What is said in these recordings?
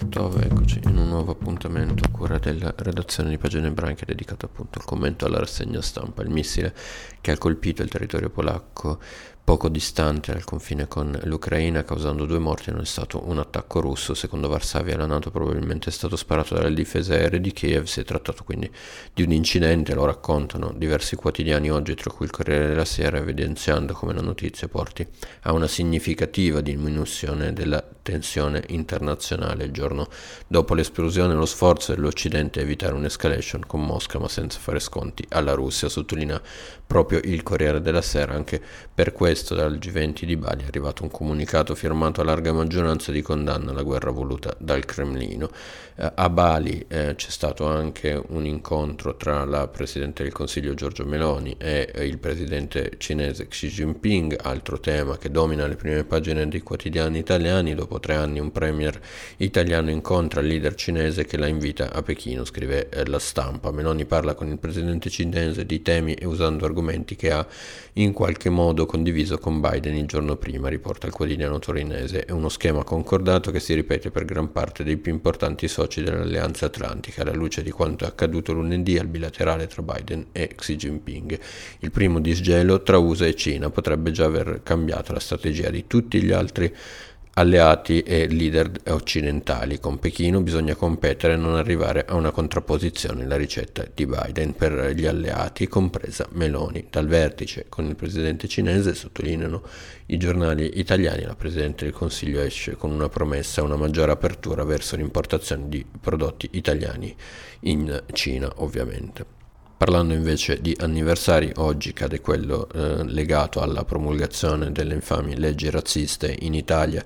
Molotov, eccoci in un nuovo appuntamento a cura della redazione di Pagine Ebraiche dedicato appunto al commento alla rassegna stampa. Il missile che ha colpito il territorio polacco poco distante dal confine con l'Ucraina, causando 2 morti, non è stato un attacco russo. Secondo Varsavia e la NATO probabilmente è stato sparato dalle difese aeree di Kiev. Si è trattato quindi di un incidente, lo raccontano diversi quotidiani oggi, tra cui il Corriere della Sera, evidenziando come la notizia porti a una significativa diminuzione della tensione internazionale. Il giorno dopo l'esplosione, lo sforzo dell'Occidente è evitare un'escalation con Mosca, ma senza fare sconti alla Russia, sottolinea proprio il Corriere della Sera. Anche per questo dal G20 di Bali è arrivato un comunicato firmato a larga maggioranza di condanna alla guerra voluta dal Cremlino. A Bali c'è stato anche un incontro tra la Presidente del Consiglio Giorgia Meloni e il Presidente cinese Xi Jinping, altro tema che domina le prime pagine dei quotidiani italiani. Dopo 3 anni un premier italiano incontra il leader cinese che la invita a Pechino, scrive La Stampa. Meloni parla con il presidente cinese di temi e usando argomenti che ha in qualche modo condiviso con Biden il giorno prima, riporta il quotidiano torinese. È uno schema concordato che si ripete per gran parte dei più importanti soci dell'Alleanza Atlantica, alla luce di quanto è accaduto lunedì al bilaterale tra Biden e Xi Jinping. Il primo disgelo tra USA e Cina potrebbe già aver cambiato la strategia di tutti gli altri alleati e leader occidentali. Con Pechino bisogna competere e non arrivare a una contrapposizione, la ricetta di Biden per gli alleati, compresa Meloni. Dal vertice con il presidente cinese, sottolineano i giornali italiani, la Presidente del Consiglio esce con una promessa, una maggiore apertura verso l'importazione di prodotti italiani in Cina, ovviamente. Parlando invece di anniversari, oggi cade quello legato alla promulgazione delle infami leggi razziste in Italia,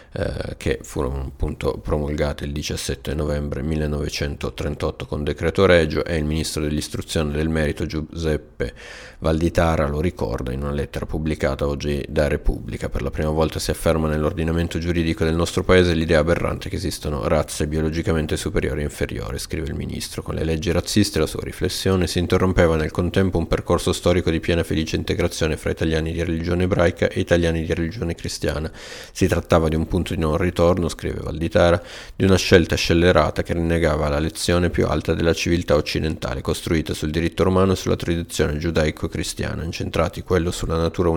che furono appunto promulgate il 17 novembre 1938 con decreto regio, e il ministro dell'istruzione e del merito Giuseppe Valditara lo ricorda in una lettera pubblicata oggi da Repubblica. Per la prima volta si afferma nell'ordinamento giuridico del nostro paese l'idea aberrante che esistono razze biologicamente superiori e inferiori, scrive il ministro. Con le leggi razziste, la sua riflessione, si interrompeva nel contempo un percorso storico di piena felice integrazione fra italiani di religione ebraica e italiani di religione cristiana. Si trattava di un punto di non ritorno, scrive Valditara, di una scelta scellerata che rinnegava la lezione più alta della civiltà occidentale, costruita sul diritto romano e sulla tradizione giudaico-cristiana, incentrati quello sulla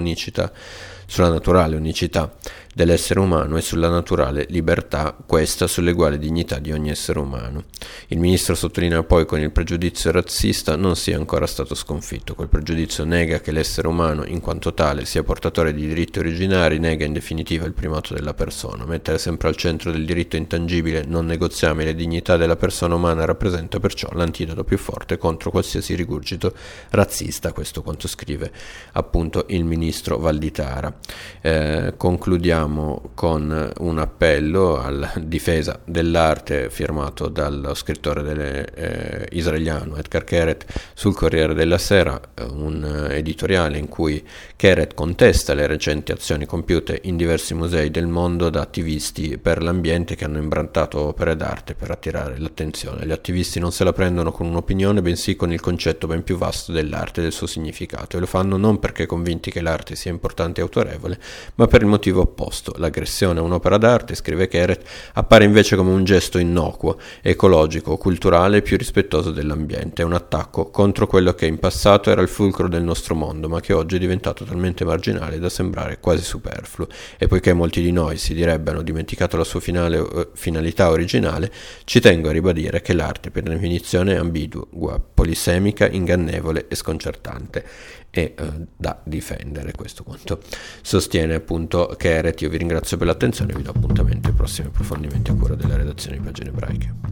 naturale unicità dell'essere umano e sulla naturale libertà, questa sull'eguale dignità di ogni essere umano. Il ministro sottolinea poi con il pregiudizio razzista non sia ancora stato sconfitto. Quel pregiudizio nega che l'essere umano in quanto tale sia portatore di diritti originari, nega in definitiva il primato della persona. Mettere sempre al centro del diritto intangibile, non negoziabile dignità della persona umana rappresenta perciò l'antidoto più forte contro qualsiasi rigurgito razzista. Questo quanto scrive appunto il ministro Valditara. Concludiamo con un appello alla difesa dell'arte firmato dallo scrittore israeliano Edgar Keret sul Corriere della Sera, un editoriale in cui Keret contesta le recenti azioni compiute in diversi musei del mondo da attivisti per l'ambiente che hanno imbrantato opere d'arte per attirare l'attenzione. Gli attivisti non se la prendono con un'opinione, bensì con il concetto ben più vasto dell'arte e del suo significato, e lo fanno non perché convinti che l'arte sia importante e autorevole, ma per il motivo opposto. L'aggressione a un'opera d'arte, scrive Keret, appare invece come un gesto innocuo, ecologico, culturale e più rispettoso dell'ambiente. È un attacco contro quello che in passato era il fulcro del nostro mondo, ma che oggi è diventato talmente marginale da sembrare quasi superfluo. E poiché molti di noi si direbbe hanno dimenticato la sua finalità originale, ci tengo a ribadire che l'arte per definizione è ambigua, polisemica, ingannevole e sconcertante, e da difendere. Questo quanto sostiene appunto Keret. Io vi ringrazio per l'attenzione e vi do appuntamento ai prossimi approfondimenti a cura della redazione di Pagine Ebraiche.